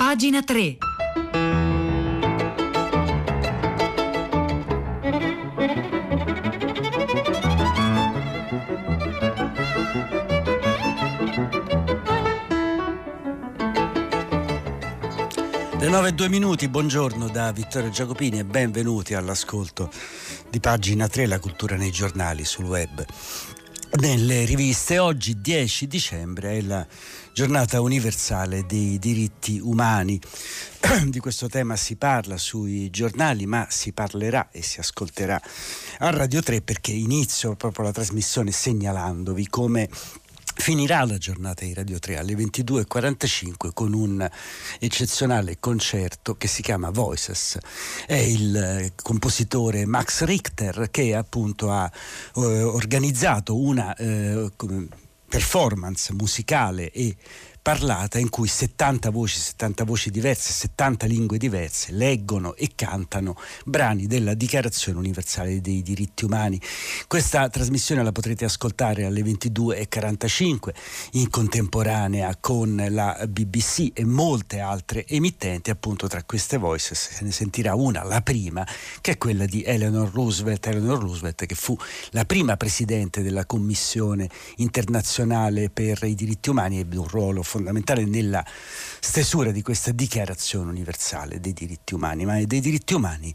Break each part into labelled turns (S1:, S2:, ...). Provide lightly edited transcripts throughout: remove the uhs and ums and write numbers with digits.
S1: Pagina 3.
S2: Le 9:02, buongiorno da Vittorio Giacopini e benvenuti all'ascolto di Pagina 3, la cultura nei giornali, sul web, nelle riviste. Oggi 10 dicembre è la giornata universale dei diritti umani. Di questo tema si parla sui giornali, ma si parlerà e si ascolterà a Radio 3, perché inizio proprio la trasmissione segnalandovi come finirà la giornata di Radio 3 alle 22:45 con un eccezionale concerto che si chiama Voices. È il compositore Max Richter che appunto ha organizzato una performance musicale e parlata in cui 70 voci diverse, 70 lingue diverse leggono e cantano brani della Dichiarazione Universale dei Diritti Umani. Questa trasmissione la potrete ascoltare alle 22:45 in contemporanea con la BBC e molte altre emittenti. Appunto, tra queste Voices se ne sentirà una, la prima, che è quella di Eleanor Roosevelt, che fu la prima presidente della Commissione internazionale per i diritti umani e ebbe un ruolo fondamentale nella stesura di questa Dichiarazione Universale dei Diritti Umani. Ma dei diritti umani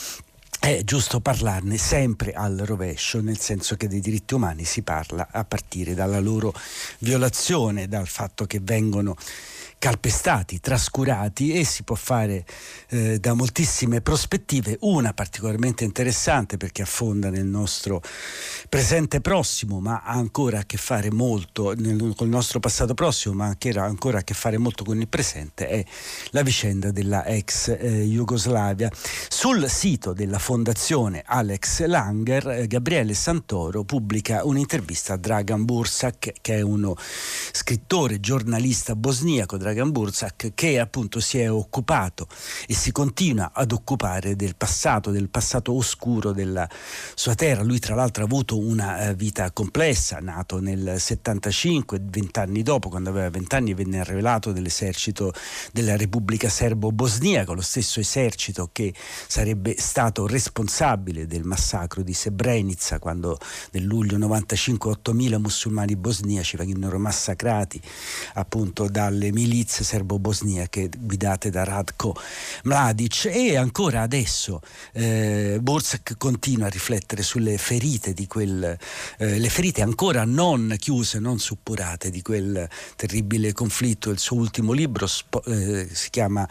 S2: è giusto parlarne sempre al rovescio, nel senso che dei diritti umani si parla a partire dalla loro violazione, dal fatto che vengono calpestati, trascurati, e si può fare da moltissime prospettive. Una particolarmente interessante perché affonda nel nostro presente prossimo, ma ha ancora a che fare molto col nostro passato prossimo, ma anche ancora a che fare molto con il presente, è la vicenda della ex Jugoslavia. Sul sito della fondazione Alex Langer, Gabriele Santoro pubblica un'intervista a Dragan Bursak, che è uno scrittore, giornalista bosniaco. Dragan Bursak, che appunto si è occupato e si continua ad occupare del passato oscuro della sua terra. Lui tra l'altro ha avuto una vita complessa, nato nel 75, 20 anni dopo, quando aveva 20 anni venne rivelato dell'esercito della Repubblica Serbo-Bosniaca, lo stesso esercito che sarebbe stato responsabile del massacro di Srebrenica, quando nel luglio 95 8.000 musulmani bosniaci vennero massacrati appunto dalle milizie serbo-bosniache guidate da Ratko Mladic. E ancora adesso Bursak continua a riflettere sulle ferite di le ferite ancora non chiuse, non suppurate di quel terribile conflitto. Il suo ultimo libro si chiama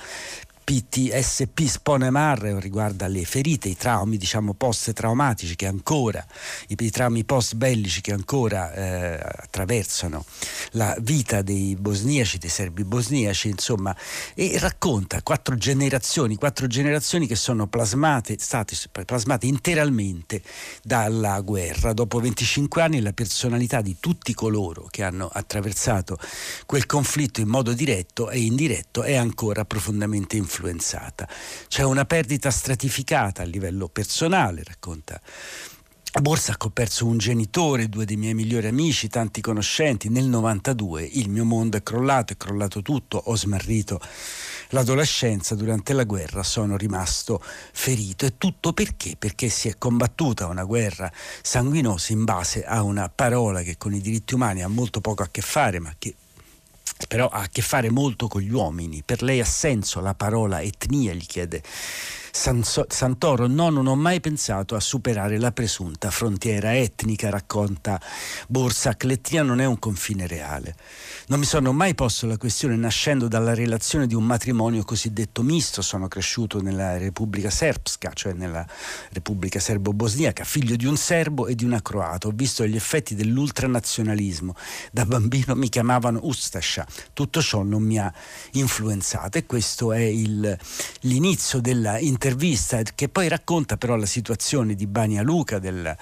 S2: PTSP Sponemar, riguarda le ferite, i traumi post-traumatici che ancora, i traumi post-bellici che ancora attraversano la vita dei bosniaci, dei serbi bosniaci, insomma, e racconta quattro generazioni che sono state plasmate interamente dalla guerra. Dopo 25 anni la personalità di tutti coloro che hanno attraversato quel conflitto in modo diretto e indiretto è ancora profondamente influenzata. C'è una perdita stratificata a livello personale, racconta Bursak. Ho perso un genitore, 2 dei miei migliori amici, tanti conoscenti. Nel 92 il mio mondo è crollato tutto, ho smarrito l'adolescenza, durante la guerra sono rimasto ferito. E tutto perché? Perché si è combattuta una guerra sanguinosa in base a una parola che con i diritti umani ha molto poco a che fare, ma che però ha a che fare molto con gli uomini. Per lei ha senso la parola etnia, gli chiede Santoro. No, non ho mai pensato a superare la presunta frontiera etnica, racconta Bursak. L'etnia non è un confine reale. Non mi sono mai posto la questione nascendo dalla relazione di un matrimonio cosiddetto misto. Sono cresciuto nella Repubblica Srpska, cioè nella Repubblica Serbo-Bosniaca, figlio di un serbo e di una croata. Ho visto gli effetti dell'ultranazionalismo. Da bambino mi chiamavano Ustascia. Tutto ciò non mi ha influenzato. E questo è l'inizio della intervista, che poi racconta però la situazione di Banja Luka, della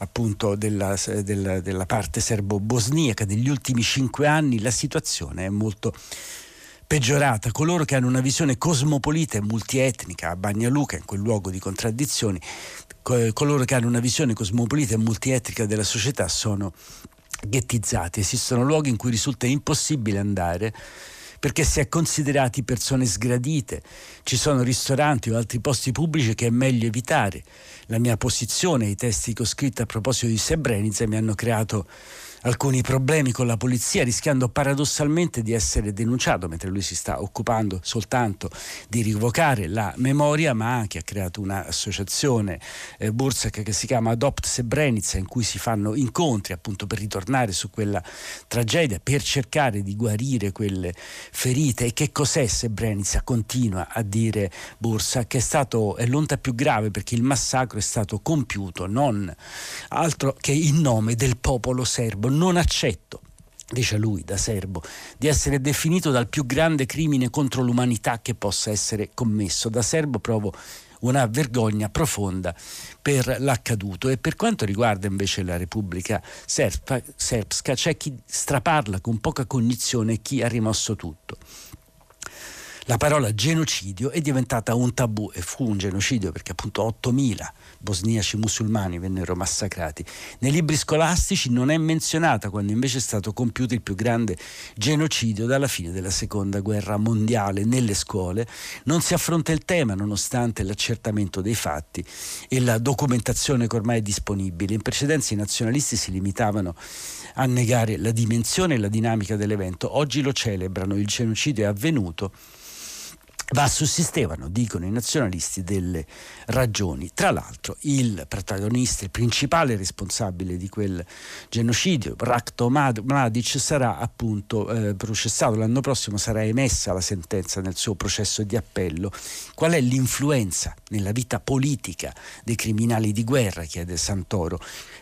S2: parte serbo-bosniaca degli ultimi 5 anni. La situazione è molto peggiorata. Coloro che hanno una visione cosmopolita e multietnica a Banja Luka, in quel luogo di contraddizioni, coloro che hanno una visione cosmopolita e multietnica della società sono ghettizzati. Esistono luoghi in cui risulta impossibile andare perché si è considerati persone sgradite. Ci sono ristoranti o altri posti pubblici che è meglio evitare. La mia posizione e i testi che ho scritto a proposito di Srebrenica mi hanno creato alcuni problemi con la polizia, rischiando paradossalmente di essere denunciato, mentre lui si sta occupando soltanto di rievocare la memoria, ma anche ha creato un'associazione Bursak che si chiama Adopt Srebrenica, in cui si fanno incontri appunto per ritornare su quella tragedia, per cercare di guarire quelle ferite. E che cos'è Srebrenica? Continua a dire Bursak, che è l'onta più grave perché il massacro è stato compiuto non altro che in nome del popolo serbo. Non accetto, dice lui da serbo, di essere definito dal più grande crimine contro l'umanità che possa essere commesso. Da serbo provo una vergogna profonda per l'accaduto. E per quanto riguarda invece la Repubblica Srpska, c'è chi straparla con poca cognizione e chi ha rimosso tutto. La parola genocidio è diventata un tabù, e fu un genocidio perché appunto 8.000 bosniaci musulmani vennero massacrati. Nei libri scolastici non è menzionata, quando invece è stato compiuto il più grande genocidio dalla fine della Seconda Guerra Mondiale. Nelle scuole non si affronta il tema, nonostante l'accertamento dei fatti e la documentazione che ormai è disponibile. In precedenza i nazionalisti si limitavano a negare la dimensione e la dinamica dell'evento. Oggi lo celebrano, il genocidio è avvenuto, ma sussistevano, dicono i nazionalisti, delle ragioni. Tra l'altro il protagonista, il principale responsabile di quel genocidio, Ratko Mladic, sarà appunto processato. L'anno prossimo sarà emessa la sentenza nel suo processo di appello. Qual è l'influenza nella vita politica dei criminali di guerra, chiede Santoro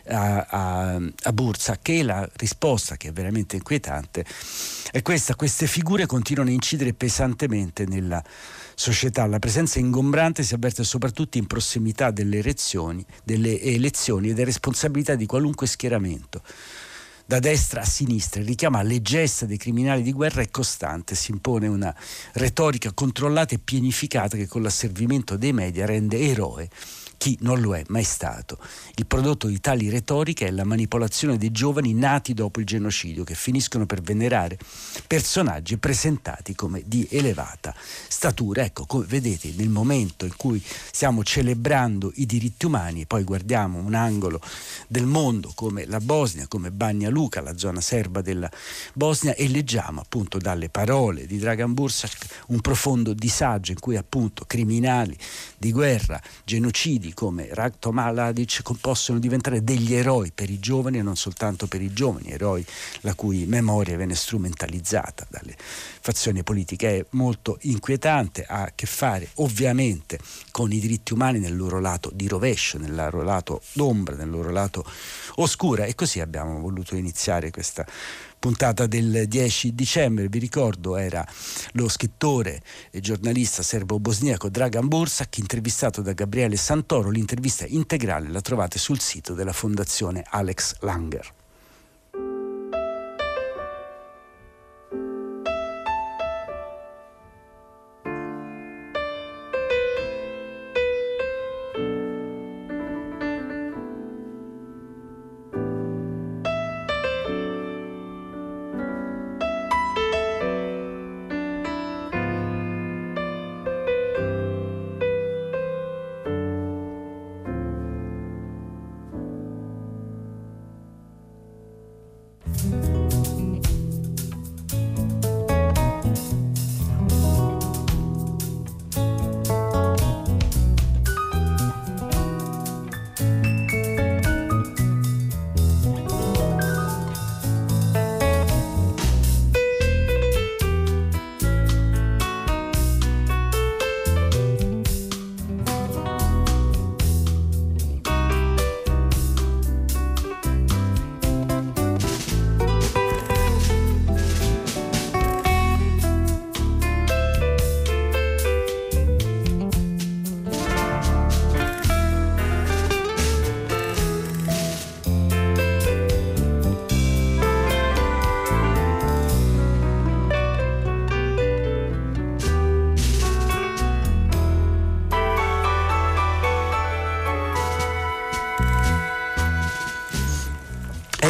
S2: a Bursa, che la risposta, che è veramente inquietante, è questa: queste figure continuano a incidere pesantemente nella società. La presenza ingombrante si avverte soprattutto in prossimità delle elezioni ed è responsabilità di qualunque schieramento, da destra a sinistra. Il richiamo alle gesta dei criminali di guerra è costante, si impone una retorica controllata e pianificata che con l'asservimento dei media rende eroe chi non lo è mai stato. Il prodotto di tali retoriche è la manipolazione dei giovani nati dopo il genocidio, che finiscono per venerare personaggi presentati come di elevata statura. Ecco, vedete, nel momento in cui stiamo celebrando i diritti umani e poi guardiamo un angolo del mondo come la Bosnia, come Banja Luka, la zona serba della Bosnia, e leggiamo appunto dalle parole di Dragan Bursak un profondo disagio in cui appunto criminali di guerra, genocidi come Ratko Mladic possono diventare degli eroi per i giovani, e non soltanto per i giovani, eroi la cui memoria viene strumentalizzata dalle fazioni politiche. È molto inquietante, ha a che fare ovviamente con i diritti umani nel loro lato di rovescio, nel loro lato d'ombra, nel loro lato oscura, e così abbiamo voluto iniziare questa puntata del 10 dicembre. Vi ricordo, era lo scrittore e giornalista serbo-bosniaco Dragan Bursak, intervistato da Gabriele Santoro. L'intervista integrale la trovate sul sito della Fondazione Alex Langer.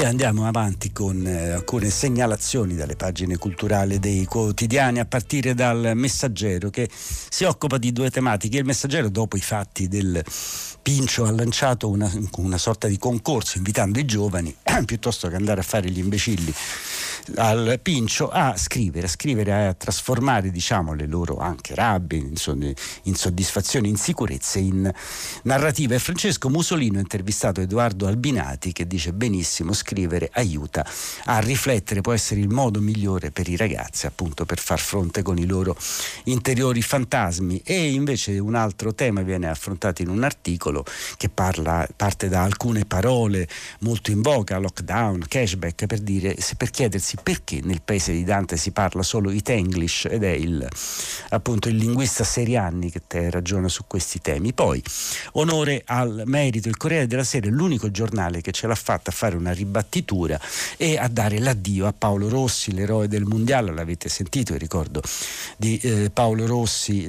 S2: Poi andiamo avanti con alcune segnalazioni dalle pagine culturali dei quotidiani, a partire dal Messaggero, che si occupa di due tematiche. Il Messaggero, dopo i fatti del Pincio, ha lanciato una sorta di concorso invitando i giovani, piuttosto che andare a fare gli imbecilli al Pincio, a scrivere, a trasformare, diciamo, le loro anche rabbie, insoddisfazioni, insicurezze in narrativa. E Francesco Musolino ha intervistato Edoardo Albinati, che dice: benissimo, scrivere aiuta a riflettere, può essere il modo migliore per i ragazzi, appunto, per far fronte con i loro interiori fantasmi. E invece un altro tema viene affrontato in un articolo che parte da alcune parole molto in voga: lockdown, cashback, per chiedersi perché nel paese di Dante si parla solo Italiano, ed è appunto il linguista Serianni che ragiona su questi temi. Poi, onore al merito, il Corriere della Sera è l'unico giornale che ce l'ha fatta a fare una ribattitura e a dare l'addio a Paolo Rossi, l'eroe del mondiale. L'avete sentito il ricordo di Paolo Rossi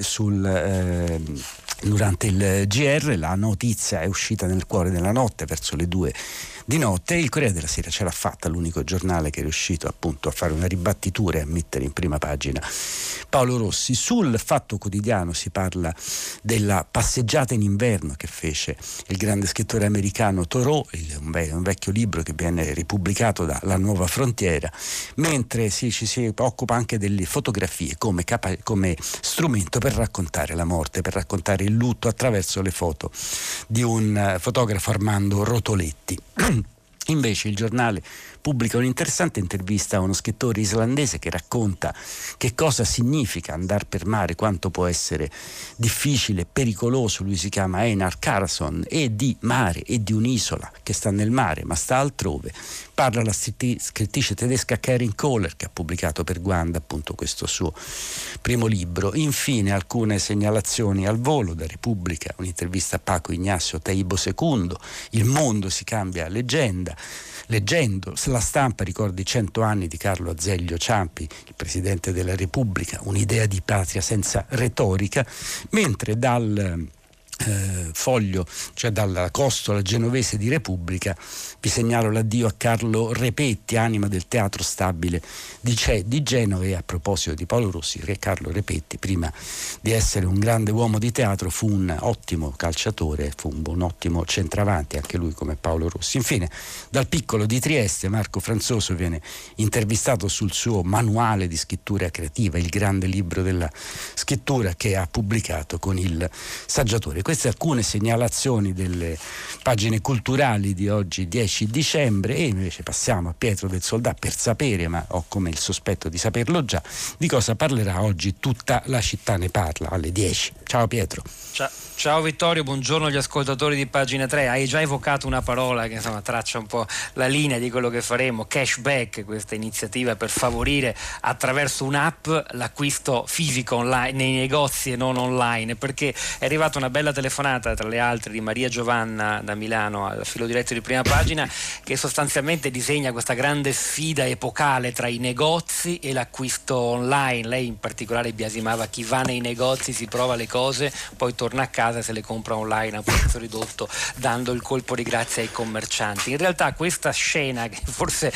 S2: durante il GR. La notizia è uscita nel cuore della notte, verso le 2 di notte. Il Corriere della Sera ce l'ha fatta, l'unico giornale che è riuscito appunto a fare una ribattitura e a mettere in prima pagina Paolo Rossi. Sul Fatto Quotidiano si parla della passeggiata in inverno che fece il grande scrittore americano Thoreau, un vecchio libro che viene ripubblicato da La Nuova Frontiera, mentre ci si occupa anche delle fotografie come strumento per raccontare la morte, per raccontare il lutto attraverso le foto di un fotografo, Armando Rotoletti. Invece il giornale pubblica un'interessante intervista a uno scrittore islandese che racconta che cosa significa andare per mare, quanto può essere difficile e pericoloso. Lui si chiama Einar Karason, e di mare e di un'isola che sta nel mare ma sta altrove parla la scrittrice tedesca Karin Kohler, che ha pubblicato per Guanda appunto questo suo primo libro. Infine alcune segnalazioni al volo da Repubblica, un'intervista a Paco Ignacio Taibo II, il mondo si cambia leggendo. La Stampa ricorda i 100 anni di Carlo Azeglio Ciampi, il Presidente della Repubblica, un'idea di patria senza retorica, mentre dal foglio, cioè dalla costola genovese di Repubblica, vi segnalo l'addio a Carlo Repetti, anima del Teatro Stabile di Genova. E a proposito di Paolo Rossi, Carlo Repetti, prima di essere un grande uomo di teatro, fu un ottimo calciatore, fu un ottimo centravanti, anche lui come Paolo Rossi. Infine, dal Piccolo di Trieste, Marco Franzoso viene intervistato sul suo manuale di scrittura creativa, il grande libro della scrittura che ha pubblicato con il Saggiatore. Queste alcune segnalazioni delle pagine culturali di oggi 10 dicembre, e invece passiamo a Pietro del Soldà per sapere, ma ho come il sospetto di saperlo già, di cosa parlerà oggi Tutta la città ne parla alle 10. Ciao Pietro.
S1: Ciao Vittorio, buongiorno agli ascoltatori di Pagina 3. Hai già evocato una parola che insomma traccia un po' la linea di quello che faremo: cashback, questa iniziativa per favorire attraverso un'app l'acquisto fisico online nei negozi e non online, perché è arrivata una bella telefonata, tra le altre, di Maria Giovanna da Milano al filo diretto di Prima Pagina, che sostanzialmente disegna questa grande sfida epocale tra i negozi e l'acquisto online. Lei in particolare biasimava chi va nei negozi, si prova le cose, poi torna a casa e se le compra online a prezzo ridotto, dando il colpo di grazia ai commercianti. In realtà questa scena, che forse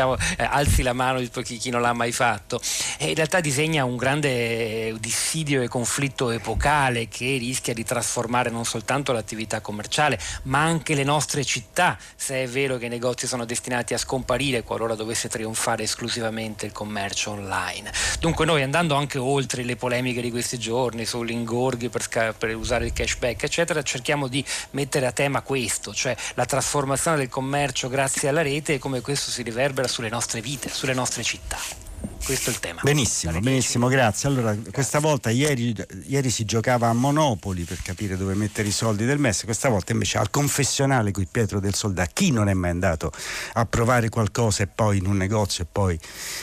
S1: alzi la mano per chi non l'ha mai fatto, in realtà disegna un grande dissidio e conflitto epocale che rischia di trasformare non soltanto l'attività commerciale ma anche le nostre città, se è vero che i negozi sono destinati a scomparire qualora dovesse trionfare esclusivamente il commercio online. Dunque noi, andando anche oltre le polemiche di questi giorni sugli ingorghi per usare il cashback eccetera, cerchiamo di mettere a tema questo, cioè la trasformazione del commercio grazie alla rete e come questo si riverbera sulle nostre vite, sulle nostre città. Questo è il tema.
S2: Benissimo, grazie. Allora, questa volta ieri si giocava a Monopoli per capire dove mettere i soldi del MES, questa volta invece al confessionale con Pietro del Soldà. Chi non è mai andato a provare qualcosa e poi in un negozio e poi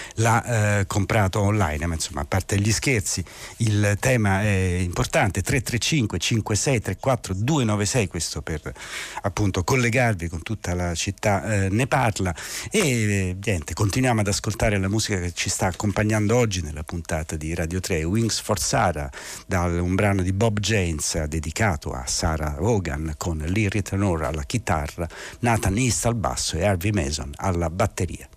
S2: l'ha comprato online? Ma insomma, a parte gli scherzi, il tema è importante. 335 56 34 296, questo per appunto collegarvi con Tutta la città ne parla. E niente, continuiamo ad ascoltare la musica che ci sta sta accompagnando oggi nella puntata di Radio 3, Wings for Sarah, da un brano di Bob James dedicato a Sarah Vaughan, con Lee Ritenour alla chitarra, Nathan East al basso e Harvey Mason alla batteria.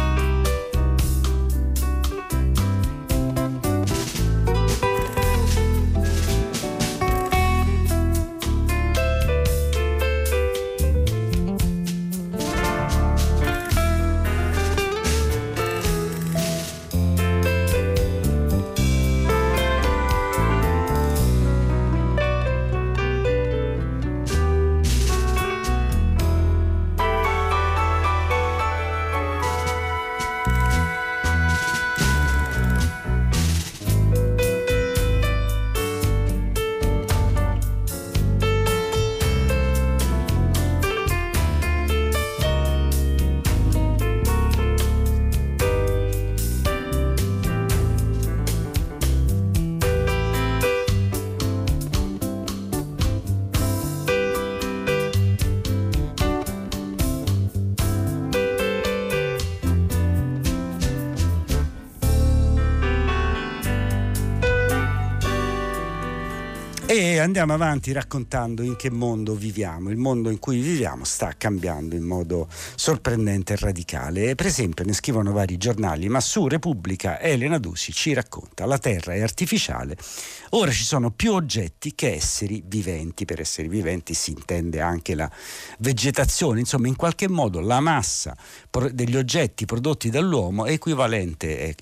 S2: E andiamo avanti raccontando in che mondo viviamo. Il mondo in cui viviamo sta cambiando in modo sorprendente e radicale. Per esempio ne scrivono vari giornali, ma su Repubblica Elena Dusi ci racconta: la Terra è artificiale, ora ci sono più oggetti che esseri viventi. Per esseri viventi si intende anche la vegetazione, insomma in qualche modo la massa degli oggetti prodotti dall'uomo è equivalente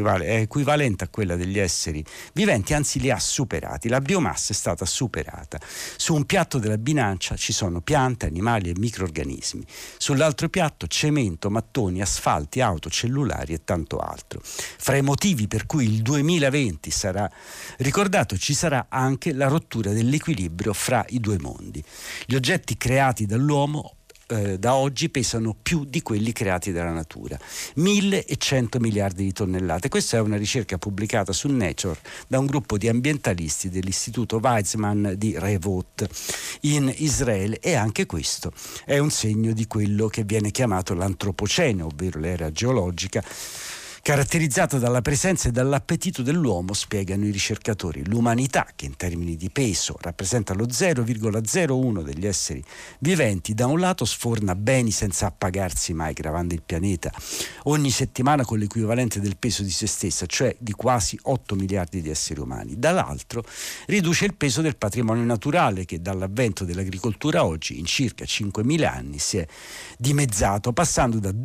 S2: a quella degli esseri viventi, anzi li ha superati. La biomassa è stata superata. Su un piatto della bilancia ci sono piante, animali e microrganismi. Sull'altro piatto cemento, mattoni, asfalti, auto, cellulari e tanto altro. Fra i motivi per cui il 2020 sarà ricordato ci sarà anche la rottura dell'equilibrio fra i due mondi. Gli oggetti creati dall'uomo da oggi pesano più di quelli creati dalla natura, 1.100 miliardi di tonnellate. Questa è una ricerca pubblicata su Nature da un gruppo di ambientalisti dell'istituto Weizmann di Rehovot in Israele, e anche questo è un segno di quello che viene chiamato l'antropocene, ovvero l'era geologica, caratterizzata dalla presenza e dall'appetito dell'uomo, spiegano i ricercatori. L'umanità, che in termini di peso rappresenta lo 0,01 degli esseri viventi, da un lato sforna beni senza appagarsi mai, gravando il pianeta ogni settimana con l'equivalente del peso di se stessa, cioè di quasi 8 miliardi di esseri umani. Dall'altro riduce il peso del patrimonio naturale, che dall'avvento dell'agricoltura oggi, in circa 5.000 anni, si è dimezzato, passando da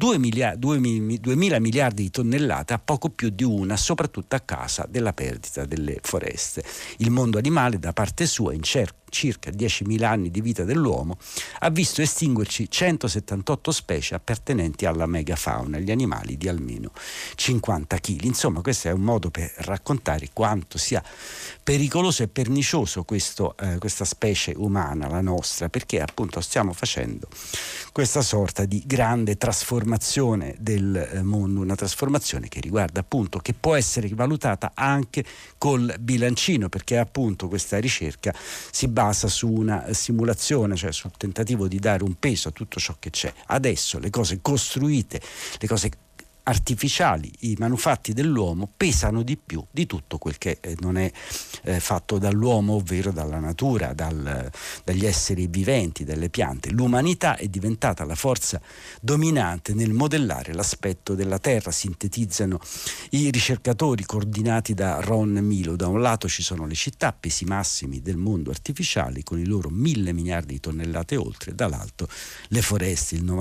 S2: 2.000 miliardi di tonnellate a poco più di una, soprattutto a causa della perdita delle foreste. Il mondo animale, da parte sua, in circa 10.000 anni di vita dell'uomo, ha visto estinguerci 178 specie appartenenti alla megafauna, gli animali di almeno 50 kg. Insomma, questo è un modo per raccontare quanto sia pericoloso e pernicioso questa specie umana, la nostra, perché appunto stiamo facendo questa sorta di grande trasformazione del mondo, una trasformazione che riguarda appunto, che può essere valutata anche col bilancino, perché appunto questa ricerca si basa su una simulazione, cioè sul tentativo di dare un peso a tutto ciò che c'è. Adesso le cose costruite, le cose artificiali, i manufatti dell'uomo pesano di più di tutto quel che non è fatto dall'uomo, ovvero dalla natura, dagli esseri viventi, dalle piante. L'umanità è diventata la forza dominante nel modellare l'aspetto della Terra, sintetizzano i ricercatori coordinati da Ron Milo. Da un lato ci sono le città, pesi massimi del mondo artificiali, con i loro 1.000 miliardi di tonnellate oltre, dall'altro le foreste, il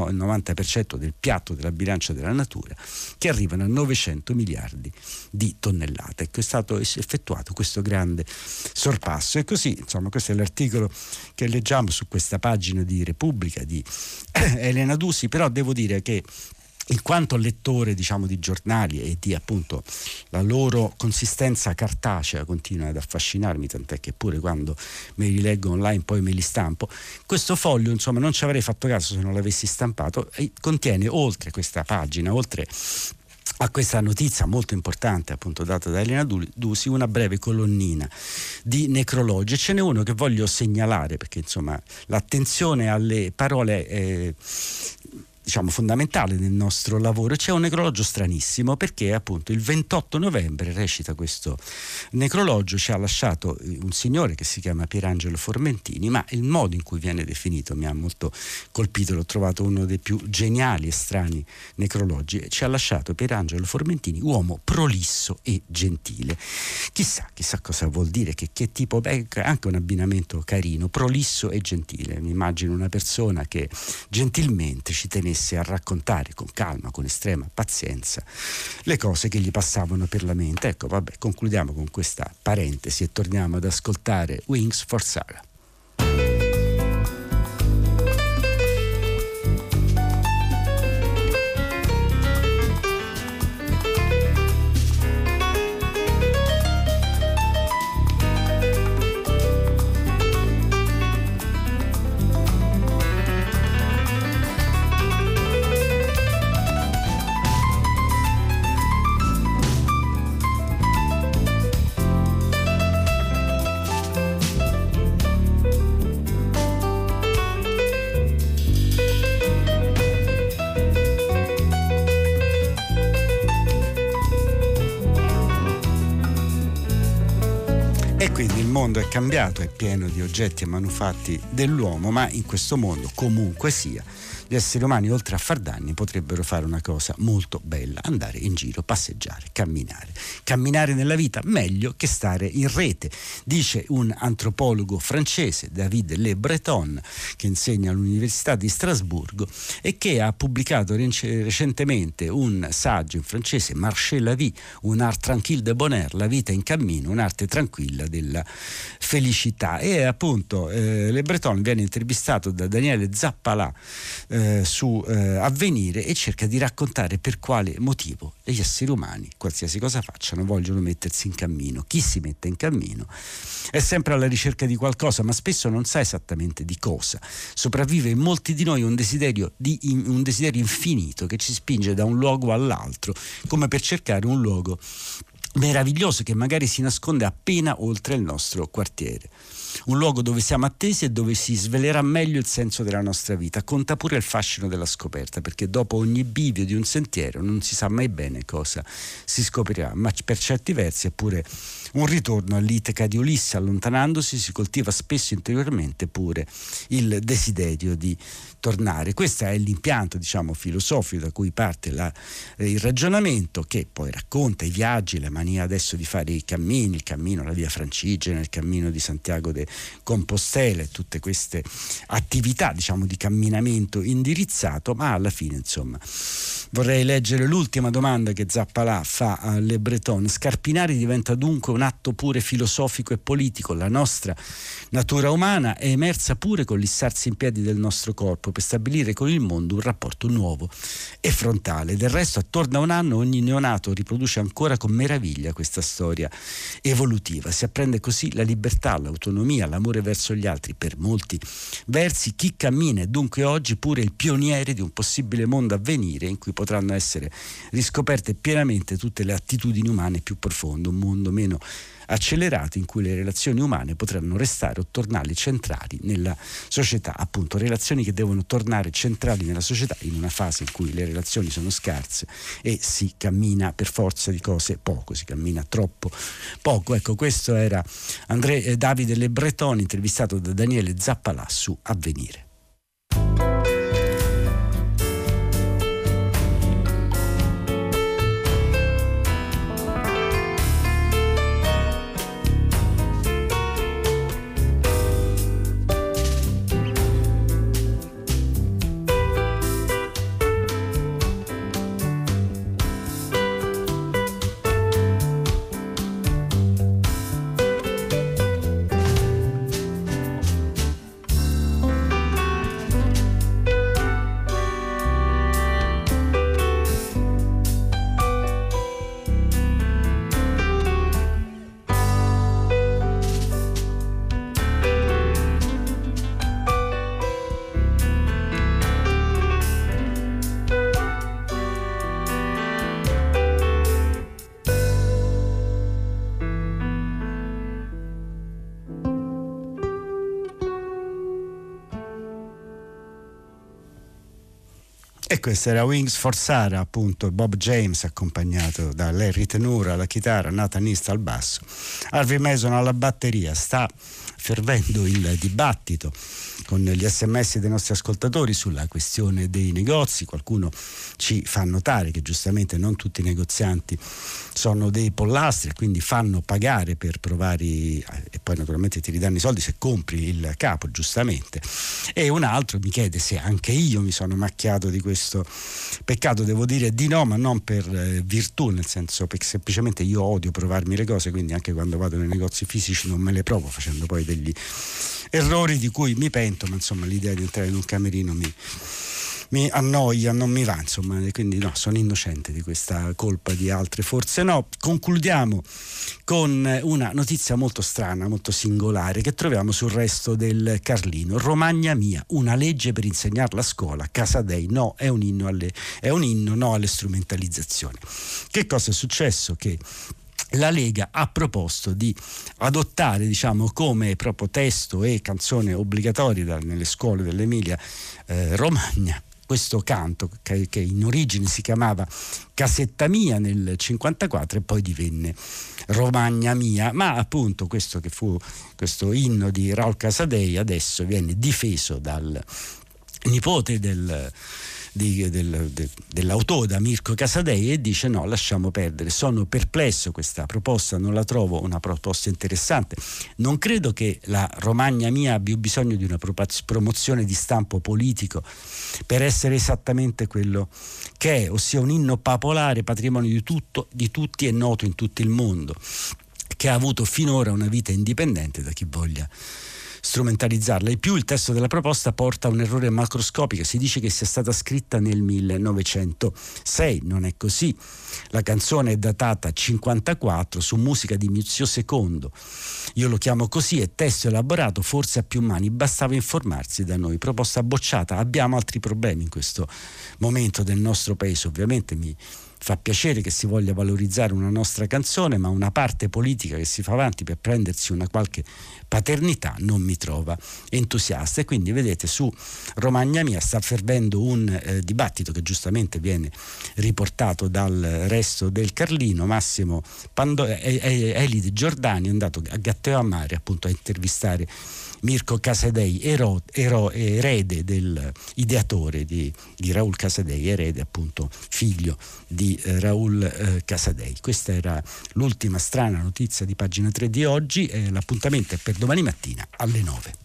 S2: 90% del piatto della bilancia della natura, che arrivano a 900 miliardi di tonnellate. Ecco, è stato effettuato questo grande sorpasso. E così, insomma, questo è l'articolo che leggiamo su questa pagina di Repubblica di Elena Dusi. Però devo dire che, in quanto lettore, diciamo, di giornali e di appunto la loro consistenza cartacea continua ad affascinarmi, tant'è che pure quando me li leggo online poi me li stampo, questo foglio, insomma, non ci avrei fatto caso se non l'avessi stampato, e contiene, oltre questa pagina, oltre a questa notizia molto importante appunto data da Elena Dusi, una breve colonnina di necrologi. E ce n'è uno che voglio segnalare, perché insomma l'attenzione alle parole diciamo fondamentale nel nostro lavoro. C'è un necrologio stranissimo, perché appunto il 28 novembre, recita questo necrologio, ci ha lasciato un signore che si chiama Pierangelo Formentini, ma il modo in cui viene definito mi ha molto colpito, l'ho trovato uno dei più geniali e strani necrologi. Ci ha lasciato Pierangelo Formentini, uomo prolisso e gentile. Chissà cosa vuol dire, che tipo, anche un abbinamento carino, prolisso e gentile. Mi immagino una persona che gentilmente ci tenesse a raccontare con calma, con estrema pazienza, le cose che gli passavano per la mente. Ecco, vabbè, concludiamo con questa parentesi e torniamo ad ascoltare Wings for Sarah. Quindi il mondo è cambiato, è pieno di oggetti e manufatti dell'uomo, ma in questo mondo, comunque sia, gli esseri umani, oltre a far danni, potrebbero fare una cosa molto bella: andare in giro, passeggiare, camminare nella vita, meglio che stare in rete, dice un antropologo francese, David Le Breton, che insegna all'Università di Strasburgo e che ha pubblicato recentemente un saggio in francese, Marcher la vie, un art tranquille de bonheur, la vita in cammino, un'arte tranquilla della felicità. E appunto Le Breton viene intervistato da Daniele Zappalà su Avvenire e cerca di raccontare per quale motivo gli esseri umani, qualsiasi cosa facciano, vogliono mettersi in cammino. Chi si mette in cammino è sempre alla ricerca di qualcosa, ma spesso non sa esattamente di cosa. Sopravvive in molti di noi un desiderio infinito che ci spinge da un luogo all'altro, come per cercare un luogo meraviglioso che magari si nasconde appena oltre il nostro quartiere. Un luogo dove siamo attesi e dove si svelerà meglio il senso della nostra vita. Conta pure il fascino della scoperta, perché dopo ogni bivio di un sentiero non si sa mai bene cosa si scoprirà, ma per certi versi è pure un ritorno all'Itaca di Ulisse. Allontanandosi si coltiva spesso interiormente pure il desiderio di tornare. Questo è l'impianto, diciamo, filosofico da cui parte il ragionamento, che poi racconta i viaggi, la mania adesso di fare i cammini, il cammino, la via Francigena, il cammino di Santiago de Compostela e tutte queste attività, diciamo, di camminamento indirizzato. Ma alla fine, insomma, vorrei leggere l'ultima domanda che Zappalà fa a Le Breton. Scarpinare diventa dunque un atto pure filosofico e politico. La nostra natura umana è emersa pure con l'issarsi in piedi del nostro corpo per stabilire con il mondo un rapporto nuovo e frontale. Del resto, attorno a un anno ogni neonato riproduce ancora con meraviglia questa storia evolutiva. Si apprende così la libertà, l'autonomia, l'amore verso gli altri. Per molti versi chi cammina è dunque oggi pure il pioniere di un possibile mondo a venire, in cui potranno essere riscoperte pienamente tutte le attitudini umane più profonde, un mondo meno accelerato in cui le relazioni umane potranno restare o tornare centrali nella società. Appunto, relazioni che devono tornare centrali nella società in una fase in cui le relazioni sono scarse e si cammina per forza di cose poco, si cammina troppo poco. Ecco, questo era Davide Le Breton, intervistato da Daniele Zappalà su Avvenire. E questa era Wings for Sarah, appunto, Bob James accompagnato da Larry Tenura alla chitarra, Nathan East al basso, Harvey Mason alla batteria. Sta fervendo il dibattito con gli sms dei nostri ascoltatori sulla questione dei negozi. Qualcuno ci fa notare che giustamente non tutti i negozianti sono dei pollastri e quindi fanno pagare per provare e poi naturalmente ti ridanno i soldi se compri il capo, giustamente. E un altro mi chiede se anche io mi sono macchiato di questo peccato. Devo dire di no, ma non per virtù, nel senso perché semplicemente io odio provarmi le cose, quindi anche quando vado nei negozi fisici non me le provo, facendo poi degli errori di cui mi pento, ma insomma l'idea di entrare in un camerino mi annoia, non mi va, insomma, quindi no, sono innocente di questa colpa di altri, forse no. Concludiamo con una notizia molto strana, molto singolare, che troviamo sul Resto del Carlino. Romagna mia, una legge per insegnarla a scuola, Casadei no, è un inno no alle strumentalizzazioni. Che cosa è successo? Che la Lega ha proposto di adottare, diciamo, come proprio testo e canzone obbligatoria nelle scuole dell'Emilia Romagna questo canto che in origine si chiamava Casetta mia nel 1954 e poi divenne Romagna mia, ma appunto questo che fu questo inno di Raul Casadei adesso viene difeso dal nipote dell'autore, da Mirko Casadei, e dice no, lasciamo perdere, sono perplesso, questa proposta non la trovo una proposta interessante, non credo che la Romagna mia abbia bisogno di una promozione di stampo politico per essere esattamente quello che è, ossia un inno popolare, patrimonio di tutti e noto in tutto il mondo, che ha avuto finora una vita indipendente da chi voglia strumentalizzarla. E più il testo della proposta porta a un errore macroscopico, si dice che sia stata scritta nel 1906, non è così. La canzone è datata 54 su musica di Muzio II, io lo chiamo così, è testo elaborato forse a più mani, bastava informarsi da noi. Proposta bocciata. Abbiamo altri problemi in questo momento del nostro paese, ovviamente mi fa piacere che si voglia valorizzare una nostra canzone, ma una parte politica che si fa avanti per prendersi una qualche paternità non mi trova entusiasta. E quindi vedete, su Romagna mia sta fervendo un dibattito che giustamente viene riportato dal Resto del Carlino. Massimo Elide Giordani è andato a Gatteo a Mare appunto a intervistare Mirko Casadei, erede ideatore di Raul Casadei, erede appunto figlio di Raul Casadei. Questa era l'ultima strana notizia di Pagina 3 di oggi, l'appuntamento è per domani mattina alle 9.